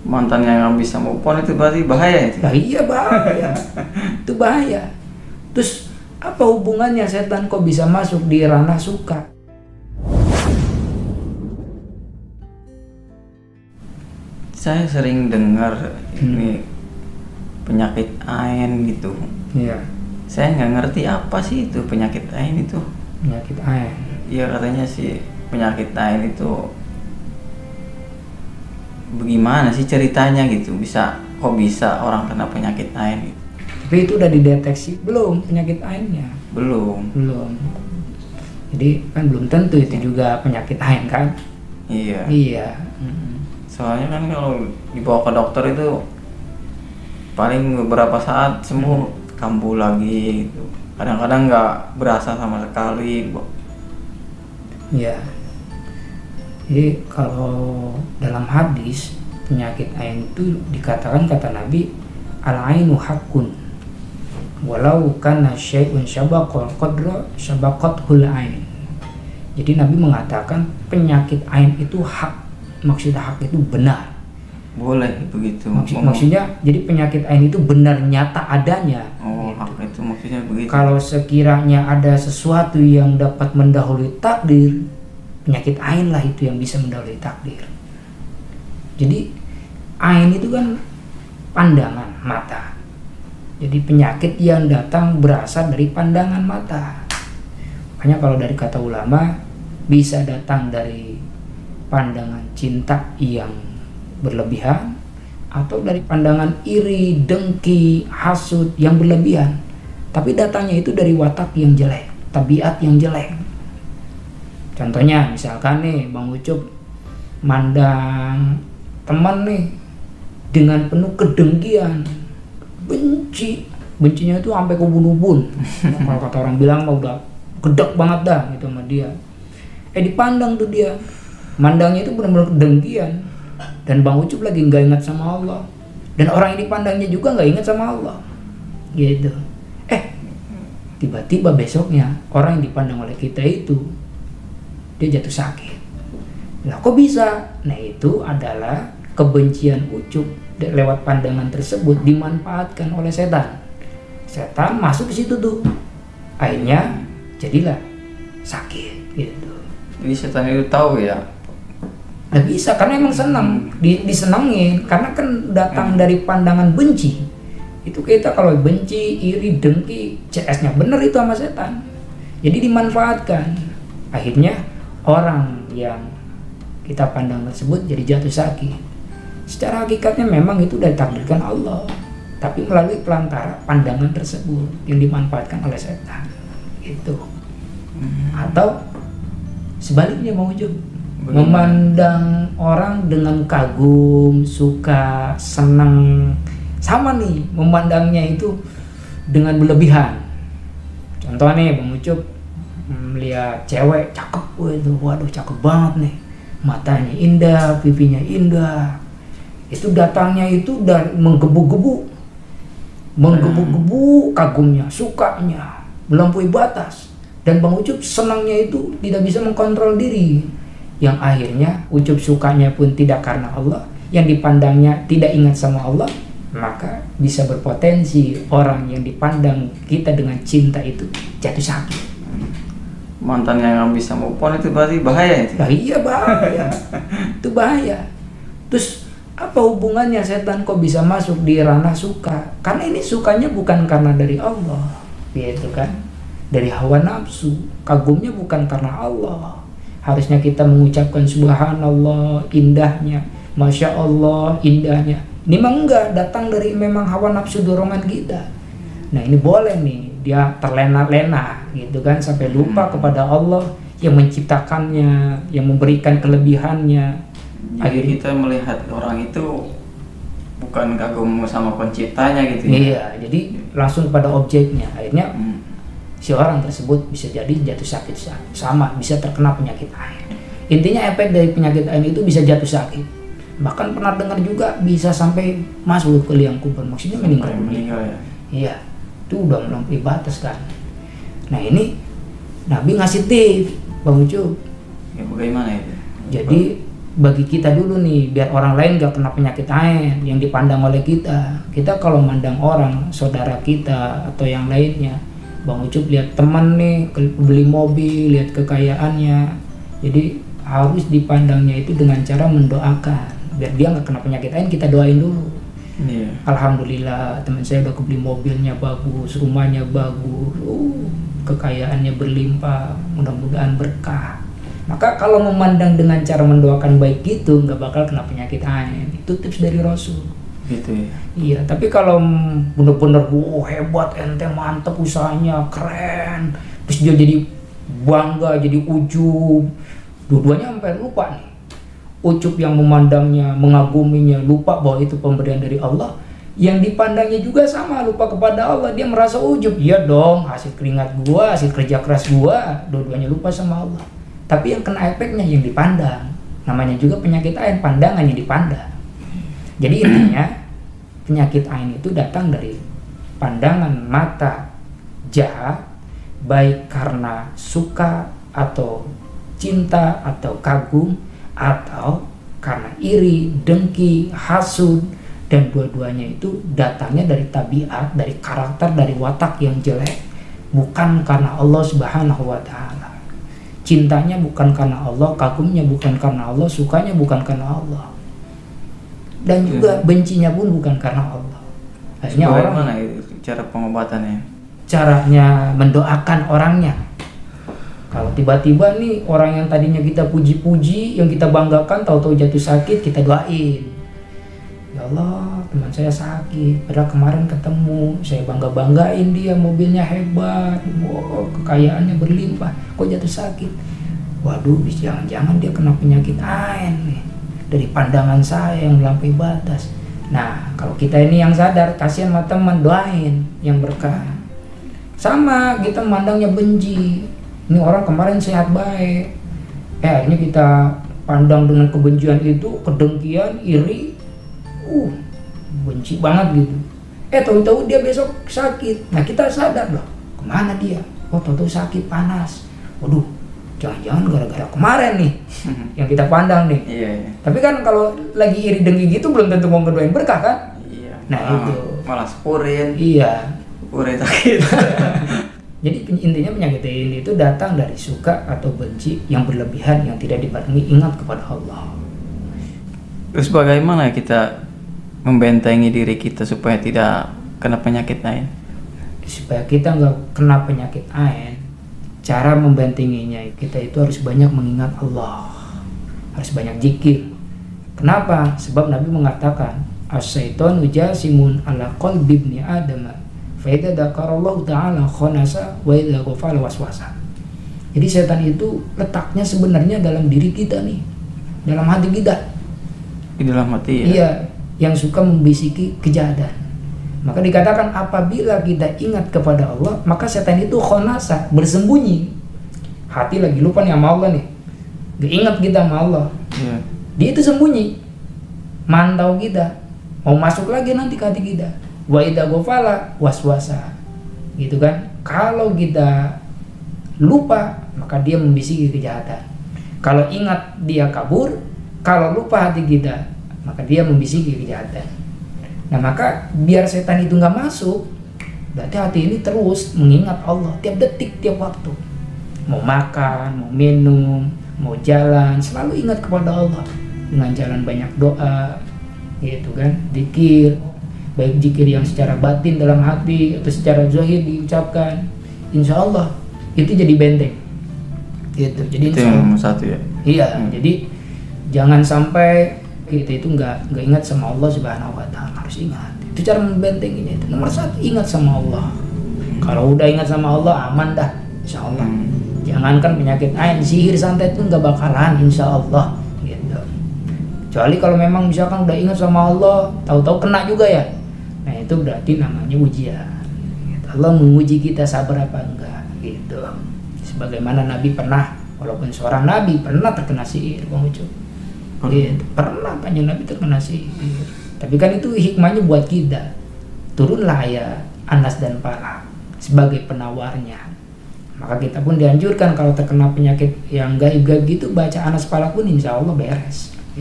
Mantan yang nggak bisa move on itu berarti bahaya itu. Nah, iya bahaya. Itu bahaya. Terus apa hubungannya setan kok bisa masuk di ranah suka? Saya sering dengar ini penyakit AIN gitu. Iya. Saya nggak ngerti apa sih itu penyakit AIN itu. Penyakit AIN. Iya, katanya sih penyakit AIN itu bagaimana sih ceritanya gitu, kok bisa orang kena penyakit AIN gitu. Tapi itu udah dideteksi belum penyakit AIN-nya? Belum. Jadi kan belum tentu itu juga penyakit AIN kan? Iya. Soalnya kan kalau dibawa ke dokter itu paling beberapa saat sembuh, kambuh lagi gitu. Kadang-kadang nggak berasa sama sekali. Iya. Jadi kalau dalam hadis penyakit AIN itu dikatakan kata Nabi al-ainu haqqun walau kana syai'un syabaqal qadra syabaqathul ain. Jadi Nabi mengatakan penyakit AIN itu hak. Maksudnya hak itu benar. Boleh begitu. Maksudnya jadi penyakit AIN itu benar nyata adanya. Oh, gitu. hak itu maksudnya begitu. Kalau sekiranya ada sesuatu yang dapat mendahului takdir, penyakit AIN lah itu yang bisa mendahului takdir. Jadi AIN itu kan pandangan mata. Jadi penyakit yang datang berasal dari pandangan mata. Makanya kalau dari kata ulama bisa datang dari pandangan cinta yang berlebihan atau dari pandangan iri, dengki, hasud yang berlebihan. Tapi datangnya itu dari watak yang jelek, tabiat yang jelek. Contohnya misalkan nih Bang Ucup mandang teman nih dengan penuh kedengkian, bencinya itu sampai ke ubun-ubun. Kalau kata orang bilang mah udah gedek banget dah gitu sama dia. Dipandang tuh dia, mandangnya itu benar-benar kedengkian. Dan Bang Ucup lagi nggak ingat sama Allah, dan orang yang dipandangnya juga nggak ingat sama Allah, gitu. Tiba-tiba besoknya orang yang dipandang oleh kita itu dia jatuh sakit. Nah kok bisa? Nah itu adalah kebencian Ucup lewat pandangan tersebut dimanfaatkan oleh setan. Setan masuk ke situ tuh, akhirnya jadilah sakit gitu. Jadi setan itu tahu ya? Nggak bisa, karena emang senang disenengin, karena kan datang dari pandangan benci. Itu kita kalau benci, iri, dengki, CS-nya bener itu sama setan. Jadi dimanfaatkan. Akhirnya orang yang kita pandang tersebut jadi jatuh sakit. Secara hakikatnya memang itu udah ditakdirkan Allah, tapi melalui pelantara pandangan tersebut yang dimanfaatkan oleh setan. Gitu. Atau sebaliknya mau Ucup, memandang orang dengan kagum, suka, senang, sama nih memandangnya itu dengan berlebihan. Contoh nih Bang Ucup melihat cewek cakep, waduh cakep banget nih, matanya indah, pipinya indah, itu datangnya itu dari menggebu-gebu kagumnya, sukanya melampaui batas, dan Bang Ucup senangnya itu tidak bisa mengkontrol diri, yang akhirnya Ucup sukanya pun tidak karena Allah, yang dipandangnya tidak ingat sama Allah, maka bisa berpotensi orang yang dipandang kita dengan cinta itu jatuh sakit. Mantan yang nggak bisa move on itu berarti bahaya itu. Nah, iya bahaya. Itu bahaya. Terus apa hubungannya setan kok bisa masuk di ranah suka? Karena ini sukanya bukan karena dari Allah, gitu kan? Dari hawa nafsu. Kagumnya bukan karena Allah. Harusnya kita mengucapkan subhanallah, indahnya, masya Allah, indahnya. Ini memang enggak, datang dari memang hawa nafsu dorongan kita. Nah ini boleh nih, dia terlena-lena gitu kan, sampai lupa kepada Allah yang menciptakannya, yang memberikan kelebihannya. Jadi kita melihat orang itu bukan kagum sama penciptanya gitu ya? Iya, jadi langsung kepada objeknya. Akhirnya si orang tersebut bisa jadi jatuh sakit, sama bisa terkena penyakit AIN. Intinya efek dari penyakit AIN itu bisa jatuh sakit. Bahkan pernah dengar juga bisa sampai masuk ke liang kubur, maksudnya meninggal ya? Iya, itu udah melampaui batas kan. Nah ini Nabi ngasih tips Bang Ucup. Ya bagaimana itu? Jadi bagi kita dulu nih, biar orang lain gak kena penyakit ain yang dipandang oleh kita. Kita kalau mandang orang, saudara kita atau yang lainnya, Bang Ucup lihat teman nih beli mobil, lihat kekayaannya, jadi harus dipandangnya itu dengan cara mendoakan biar dia nggak kena penyakit ain. Kita doain dulu. Alhamdulillah teman saya udah kebeli mobilnya bagus, rumahnya bagus, kekayaannya berlimpah, mudah-mudahan berkah. Maka kalau memandang dengan cara mendoakan baik gitu, nggak bakal kena penyakit ain. Itu tips dari Rasul. Gitu ya. Iya, tapi kalau bener-bener hebat, ente mantep usahanya, keren, terus dia jadi bangga, jadi ujub, dua-duanya sampai lupa nih. Ucup yang memandangnya, mengaguminya, lupa bahwa itu pemberian dari Allah. Yang dipandangnya juga sama, lupa kepada Allah, dia merasa ujub. Iya dong, hasil keringat gua, hasil kerja keras gua, dua-duanya lupa sama Allah. Tapi yang kena efeknya yang dipandang. Namanya juga penyakit ain, pandangan yang dipandang. Jadi intinya penyakit ain itu datang dari pandangan mata jahat, baik karena suka atau cinta atau kagum, atau karena iri, dengki, hasud, dan dua-duanya itu datangnya dari tabiat, dari karakter, dari watak yang jelek, bukan karena Allah Subhanahu wa Ta'ala. Cintanya bukan karena Allah, kagumnya bukan karena Allah, sukanya bukan karena Allah, dan juga bencinya pun bukan karena Allah. Akhirnya orang mana itu cara pengobatannya? Caranya mendoakan orangnya. Kalau tiba-tiba nih orang yang tadinya kita puji-puji, yang kita banggakan, tahu-tahu jatuh sakit, kita doain. Ya Allah, teman saya sakit, padahal kemarin ketemu, saya bangga-banggain dia, mobilnya hebat, kekayaannya berlimpah, kok jatuh sakit? Waduh, jangan-jangan dia kena penyakit ain nih, dari pandangan saya yang melampaui batas. Nah, kalau kita ini yang sadar, kasihan sama teman, doain yang berkah. Sama, kita memandangnya benci. Ini orang kemarin sehat baik, akhirnya kita pandang dengan kebencian itu, kedengkian, iri, benci banget gitu. Tahu-tahu dia besok sakit. Nah, kita sadar loh, kemana dia? Oh, tahu-tahu sakit, panas. Waduh, jangan-jangan gara-gara kemarin nih yang kita pandang nih. Iya. Tapi kan kalau lagi iri dengki gitu belum tentu mau ngedoain berkah kan? Iya. Nah, itu malah spurin. Iya. Spurin sakit. Jadi intinya penyakit ini itu datang dari suka atau benci yang berlebihan, yang tidak dibarengi ingat kepada Allah. Terus bagaimana kita membentengi diri kita supaya tidak kena penyakit ain? Supaya kita nggak kena penyakit ain, cara membentenginya kita itu harus banyak mengingat Allah, harus banyak zikir. Kenapa? Sebab Nabi mengatakan, as-syaitanu jasimun ala qalbi ibni Adam, fa idza dzakarallahu ta'ala khonasa wa idza ghafala waswasa. Jadi setan itu letaknya sebenarnya dalam diri kita nih, dalam hati kita. Di dalam hati ya? Iya, yang suka membisiki kejahatan. Maka dikatakan apabila kita ingat kepada Allah, maka setan itu khonasa, bersembunyi. Hati lagi lupa nih sama Allah nih, gak ingat kita sama Allah. Iya. Dia itu sembunyi, mantau kita, mau masuk lagi nanti ke hati kita. Wa idza ghafala waswasa, gitu kan? Kalau kita lupa, maka dia membisiki kejahatan. Kalau ingat dia kabur, kalau lupa hati kita, maka dia membisiki kejahatan. Nah, maka biar setan itu nggak masuk, berarti hati ini terus mengingat Allah tiap detik, tiap waktu. Mau makan, mau minum, mau jalan, selalu ingat kepada Allah dengan jalan banyak doa, gitu kan, zikir, baik zikir yang secara batin dalam hati atau secara zahir diucapkan. Insya Allah itu jadi benteng, gitu. Jadi itu yang nomor satu ya. Iya, jadi jangan sampai kita itu nggak ingat sama Allah Subhanahu wa Ta'ala, harus ingat. Itu cara membentenginya. Itu nomor satu, ingat sama Allah. Kalau udah ingat sama Allah, aman dah, insya Allah. Jangankan penyakit ain, sihir, santet itu nggak bakalan, insya Allah. Gitu. Kecuali kalau memang misalkan udah ingat sama Allah, tahu-tahu kena juga ya. Nah, itu berarti namanya ujian. Gitu. Allah menguji kita sabar apa enggak, gitu. Sebagaimana Nabi pernah, walaupun seorang Nabi pernah terkena sihir, Bang Ucup. Gitu. Pernah panjang Nabi terkena sihir. Tapi kan itu hikmahnya buat kita. Turunlah ayat Anas dan Falaq sebagai penawarnya. Maka kita pun dianjurkan kalau terkena penyakit yang gaib-gaib gitu, baca Anas Falaq pun insya Allah beres.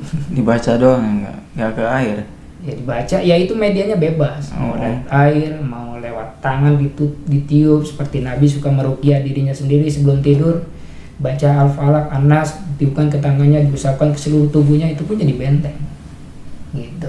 Dibaca doang, nggak ke air. Ya dibaca, ya itu medianya bebas, mau lewat air, mau lewat tangan ditiup, seperti Nabi suka meruqyah dirinya sendiri sebelum tidur, baca Al-Falaq, An-Nas, ditiupkan ke tangannya, diusapkan ke seluruh tubuhnya, itu pun jadi benteng gitu.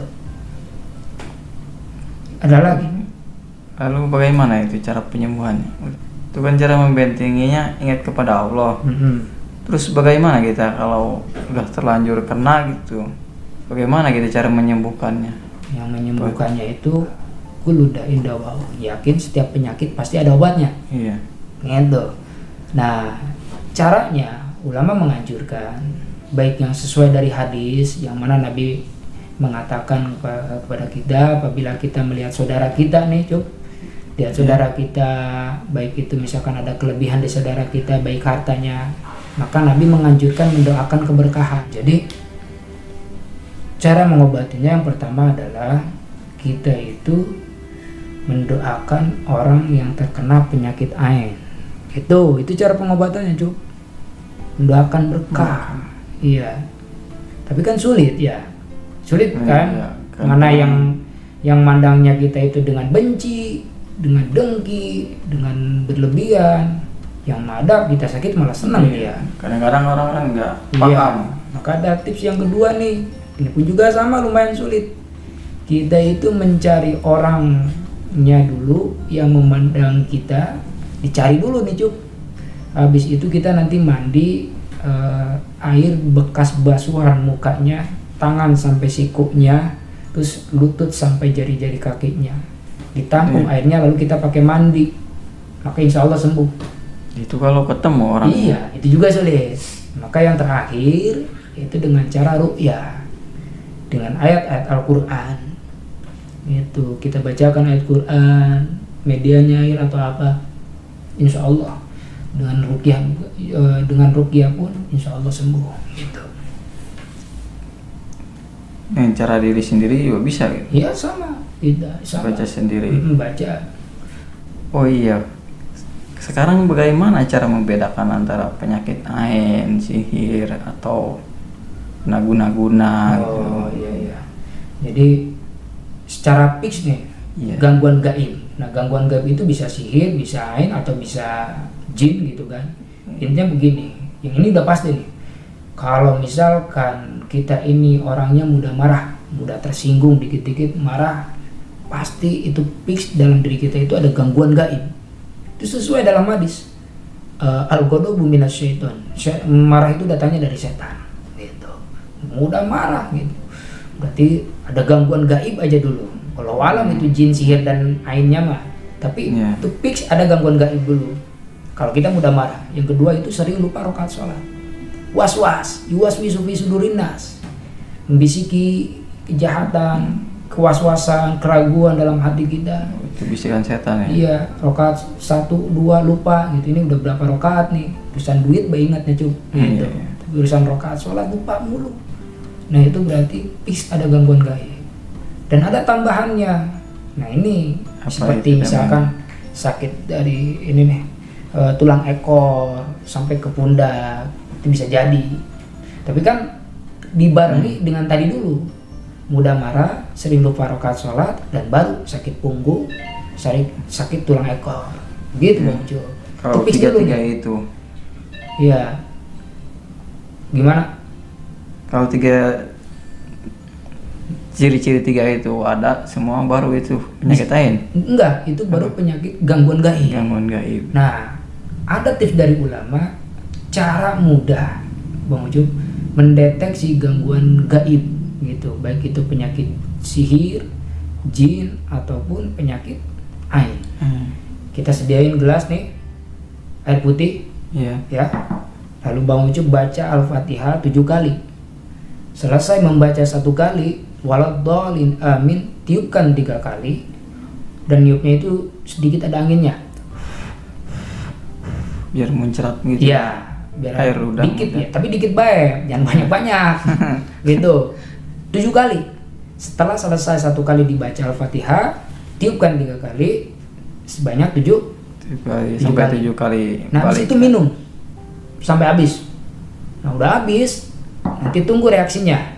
Ada lagi. Lalu bagaimana itu cara penyembuhannya? Itu kan cara membentenginya, ingat kepada Allah. Terus bagaimana kita kalau udah terlanjur kena gitu? Bagaimana kita cara menyembuhkannya? Yang menyembuhkannya itu kullu da'in dawa'u. Yakin setiap penyakit pasti ada obatnya. Iya. Gitu. Nah, caranya ulama menganjurkan baik yang sesuai dari hadis yang mana Nabi mengatakan kepada kita apabila kita melihat saudara kita nih, lihat saudara kita, baik itu misalkan ada kelebihan di saudara kita, baik hartanya, maka Nabi menganjurkan mendoakan keberkahan. Jadi cara mengobatinya yang pertama adalah kita itu mendoakan orang yang terkena penyakit ain. Itu cara pengobatannya, Cuk. Mendoakan berkah. Iya. Tapi kan sulit ya. Sulit kan? Iya, kan. Karena yang mandangnya kita itu dengan benci, dengan dengki, dengan berlebihan. Yang ada kita sakit malah senang dia. Kadang-kadang orang kan nggak Iya. paham. Maka ada tips yang kedua nih. Ini pun juga sama lumayan sulit. Kita itu mencari orangnya dulu yang memandang kita, dicari dulu nih, Cuk. Habis itu kita nanti mandi air bekas basuhan mukanya, tangan sampai sikunya, terus lutut sampai jari-jari kakinya. Ditampung airnya lalu kita pakai mandi. Maka insya Allah sembuh. Itu kalau ketemu orang. Iya, itu juga sulit. Maka yang terakhir itu dengan cara ruqyah. Dengan ayat-ayat Al-Quran itu kita bacakan ayat Quran, medianya air atau apa, insya Allah dengan ruqyah pun insya Allah sembuh gitu. Cara diri sendiri juga bisa gitu. Iya sama. Baca sendiri. Baca. Oh iya. Sekarang bagaimana cara membedakan antara penyakit ain, sihir atau guna-guna gitu. Iya. Jadi secara fix nih, gangguan gaib. Nah, gangguan gaib itu bisa sihir, bisa ain atau bisa jin gitu kan. Intinya begini, yang ini udah pasti nih. Kalau misalkan kita ini orangnya mudah marah, mudah tersinggung dikit-dikit marah, pasti itu fix dalam diri kita itu ada gangguan gaib. Itu sesuai dalam hadis. Al-ghadabu minasyaiton. Marah itu datangnya dari setan. Mudah marah gitu, berarti ada gangguan gaib aja dulu. Kalau alam itu jin, sihir dan ainnya mah, tapi itu fix ada gangguan gaib dulu. Kalau kita mudah marah. Yang kedua itu sering lupa rakaat sholat, was-was, yuwaswisu fi sudurin nas, membisiki kejahatan, kewaswasan, keraguan dalam hati kita. Itu bisikan setan ya. Iya, rakaat 1, 2 lupa gitu. Ini udah berapa rakaat nih? Urusan duit ingatnya Cuk. Gitu. Urusan rakaat sholat lupa mulu. Nah itu berarti fix ada gangguan gaib. Dan ada tambahannya. Nah ini apa seperti itu, misalkan sakit dari ini nih, tulang ekor sampai ke pundak, itu bisa jadi. Tapi kan dibarengi dengan tadi dulu, mudah marah, sering lupa rakaat sholat, dan baru sakit punggung, sakit tulang ekor. Gitu Bang Jo. Kalau tiga-tiga itu. Iya. Gimana? Kalau ciri-ciri tiga itu ada semua, baru itu penyakit ain. Enggak, itu baru penyakit gangguan gaib. Gangguan gaib. Nah, ada tips dari ulama, cara mudah Bang Ucup mendeteksi gangguan gaib gitu, baik itu penyakit sihir, jin ataupun penyakit ain. Kita sediain gelas nih, air putih. Iya. Ya. Lalu Bang Ucup baca Al-Fatihah 7 kali. Selesai membaca 1 kali, waladhdallin amin, tiupkan 3 kali. Dan niupnya itu sedikit ada anginnya. Biar muncrat gitu. Iya, biar air udang dikit ya, tapi dikit baik, jangan banyak-banyak. Gitu. 7 kali. Setelah selesai 1 kali dibaca Al-Fatihah, tiupkan 3 kali sebanyak 7 sampai 7 kali. Nah, habis itu minum sampai habis. Nah, udah habis, nanti tunggu reaksinya.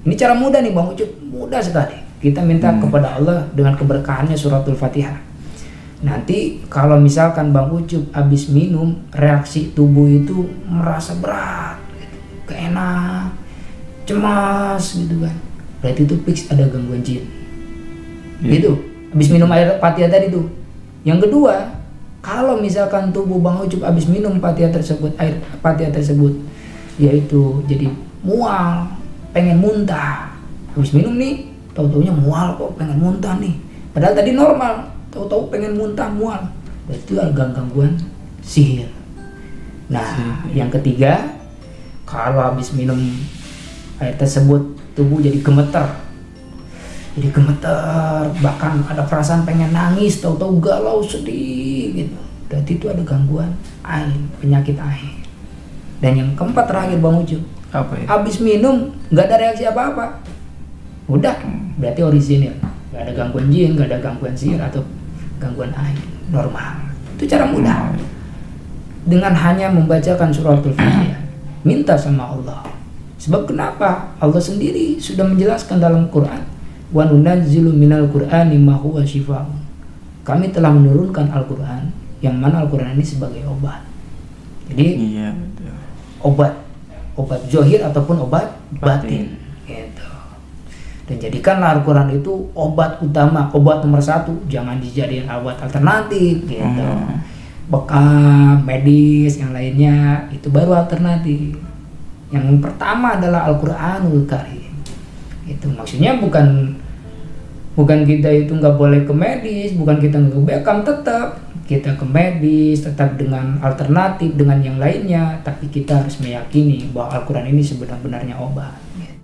Ini cara mudah nih Bang Ucup, mudah sekali. Kita minta kepada Allah dengan keberkahannya suratul Fatihah. Nanti kalau misalkan Bang Ucup habis minum, reaksi tubuh itu merasa berat, gitu, keenak, cemas gitu kan. Berarti itu fix ada gangguan jin. Gitu. Habis minum air Fatihah tadi tuh. Yang kedua, kalau misalkan tubuh Bang Ucup habis minum Fatihah tersebut, air Fatihah tersebut, yaitu jadi mual, pengen muntah. Habis minum nih, tahu-taunya mual kok, pengen muntah nih. Padahal tadi normal, tahu-tahu pengen muntah, mual. Berarti itu ada gangguan sihir. Nah, yang ketiga, kalau habis minum air tersebut tubuh jadi gemeter. Jadi gemeter, bahkan ada perasaan pengen nangis, tahu-tahu galau, sedih gitu. Berarti itu ada gangguan air, penyakit air. Dan yang keempat terakhir Bang Ucup, Apa ya? habis minum nggak ada reaksi apa-apa, udah berarti orisinil, nggak ada gangguan jin, nggak ada gangguan sihir atau gangguan air, normal. Itu cara mudah, dengan hanya membacakan suratul Fatihah, minta sama Allah. Sebab kenapa? Allah sendiri sudah menjelaskan dalam Quran, wa nunazzilu minal Qur'ani ma huwa syifaa'un. Kami telah menurunkan Al-Quran, yang mana Al-Quran ini sebagai obat. Jadi Iya betul. obat zohir ataupun obat batin gitu. Dan jadikanlah Al-Quran itu obat utama, obat nomor satu, jangan dijadikan obat alternatif gitu. Bekam, medis, yang lainnya itu baru alternatif. Yang pertama adalah Al-Quranul Karim. Itu maksudnya bukan kita itu nggak boleh ke medis, bukan kita nggak ke bekam, tetap kita ke medis, tetap dengan alternatif, dengan yang lainnya, tapi kita harus meyakini bahwa Al-Quran ini sebenar-benarnya obat. Gitu.